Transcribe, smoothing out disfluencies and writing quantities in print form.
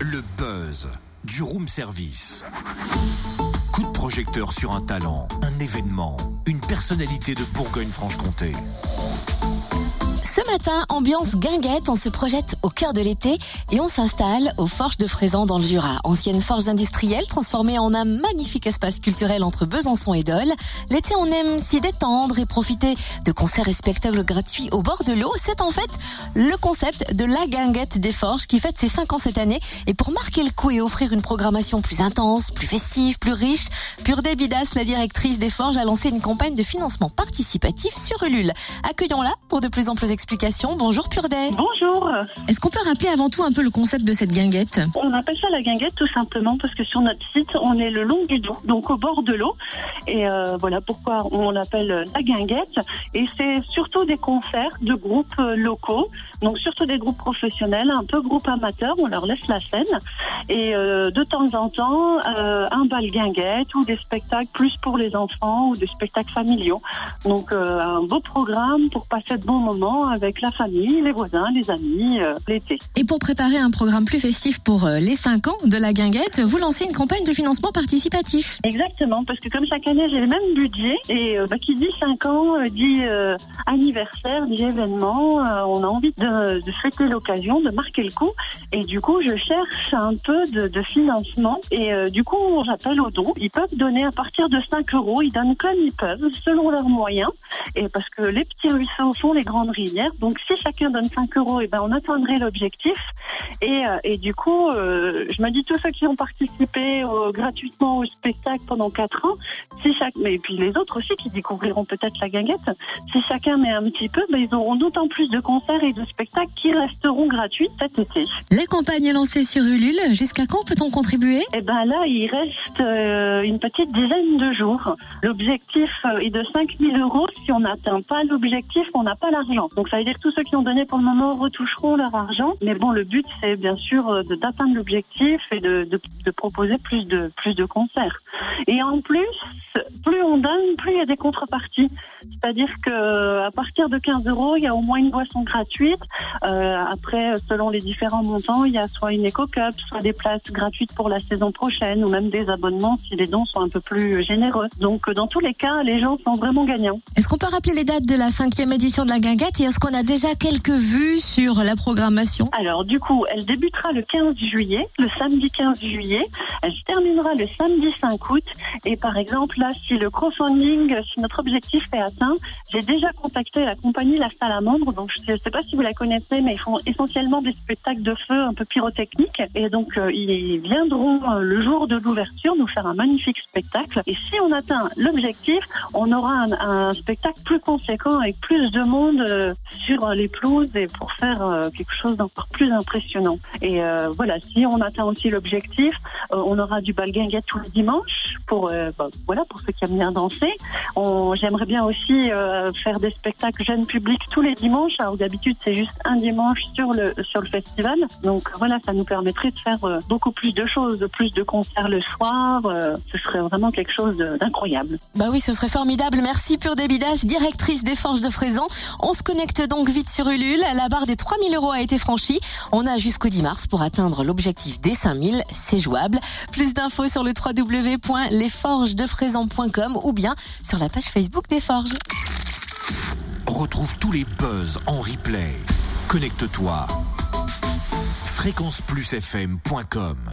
Le buzz du room service. Coup de projecteur sur un talent, un événement, une personnalité de Bourgogne-Franche-Comté. Ce matin, ambiance guinguette, on se projette au cœur de l'été et on s'installe aux Forges de Frézan dans le Jura. Ancienne forge industrielle transformée en un magnifique espace culturel entre Besançon et Dole. L'été, on aime s'y détendre et profiter de concerts et spectacles gratuits au bord de l'eau. C'est en fait le concept de la guinguette des Forges qui fête ses 5 ans cette année. Et pour marquer le coup et offrir une programmation plus intense, plus festive, plus riche, Pur Debidas, la directrice des Forges, a lancé une campagne de financement participatif sur Ulule. Accueillons-la pour de plus amples explications. Bonjour Purday. Bonjour. Est-ce qu'on peut rappeler avant tout un peu le concept de cette guinguette ? On appelle ça la guinguette tout simplement parce que sur notre site, on est le long du Doubs, donc au bord de l'eau. Et voilà pourquoi on l'appelle la guinguette. Et c'est surtout des concerts de groupes locaux, donc surtout des groupes professionnels, un peu groupes amateurs, on leur laisse la scène. Et de temps en temps, un bal guinguette ou des spectacles plus pour les enfants ou des spectacles familiaux. Donc un beau programme pour passer de bons moments avec la famille, les voisins, les amis, l'été. Et pour préparer un programme plus festif pour les 5 ans de la guinguette, vous lancez une campagne de financement participatif. Exactement, parce que comme chaque année j'ai le même budget et qui dit 5 ans dit anniversaire, dit événement, on a envie de fêter l'occasion, de marquer le coup. Et du coup je cherche un peu de financement et du coup j'appelle aux dons. Ils peuvent donner à partir de 5 €, ils donnent comme ils peuvent, selon leurs moyens. Et parce que les petits ruisseaux font les grandes rivières, donc si chacun donne 5 €, et on atteindrait l'objectif. Et du coup, je me dis tous ceux qui ont participé gratuitement au spectacle pendant 4 ans, mais puis les autres aussi qui découvriront peut-être la guinguette, si chacun met un petit peu, ils auront d'autant plus de concerts et de spectacles qui resteront gratuits cet été. La campagne est lancée sur Ulule. Jusqu'à quand peut-on contribuer ? Là, il reste une petite dizaine de jours. L'objectif est de 5 000 €. Si on n'atteint pas l'objectif, on n'a pas l'argent. Donc ça veut dire que tous ceux qui ont donné pour le moment retoucheront leur argent. Mais bon, le but, c'est bien sûr d'atteindre l'objectif et de proposer plus de concerts. Et en plus, plus on donne, plus il y a des contreparties. C'est-à-dire que à partir de 15 €, il y a au moins une boisson gratuite. Après, selon les différents montants, il y a soit une éco-cup, soit des places gratuites pour la saison prochaine, ou même des abonnements si les dons sont un peu plus généreux. Donc, dans tous les cas, les gens sont vraiment gagnants. Est-ce qu'on peut rappeler les dates de la 5e édition de la guinguette et est-ce qu'on a déjà quelques vues sur la programmation ? Alors, du coup, elle débutera le 15 juillet, le samedi 15 juillet. Elle se terminera le samedi 5 août. Et par exemple, là, si le crowdfunding, si notre objectif est atteint, j'ai déjà contacté la compagnie La Salamandre. Donc, je ne sais pas si vous la connaissez, mais ils font essentiellement des spectacles de feu un peu pyrotechniques. Et donc, ils viendront le jour de l'ouverture nous faire un magnifique spectacle. Et si on atteint l'objectif, on aura un spectacle plus conséquent avec plus de monde sur les pelouses et pour faire quelque chose d'encore plus impressionnant. Et voilà, si on atteint aussi l'objectif, on aura du bal guinguette tous les dimanches pour ceux qui aiment bien danser. J'aimerais bien aussi faire des spectacles jeunes publics tous les dimanches. Alors d'habitude c'est juste un dimanche sur le festival. Donc voilà, ça nous permettrait de faire beaucoup plus de choses, plus de concerts le soir. Ce serait vraiment quelque chose d'incroyable. Bah oui, ce serait formidable. Merci Pur Debidas, directrice des Forges de Frézan. On se connecte donc vite sur Ulule. La barre des 3 000 € a été franchie. On a jusqu'au 10 mars pour atteindre l'objectif des 5 000. C'est jouable. Plus d'infos sur le www.lesforgesdefrézan.com ou bien sur la page Facebook des Forges. Retrouve tous les buzz en replay. Connecte-toi. fréquenceplusfm.com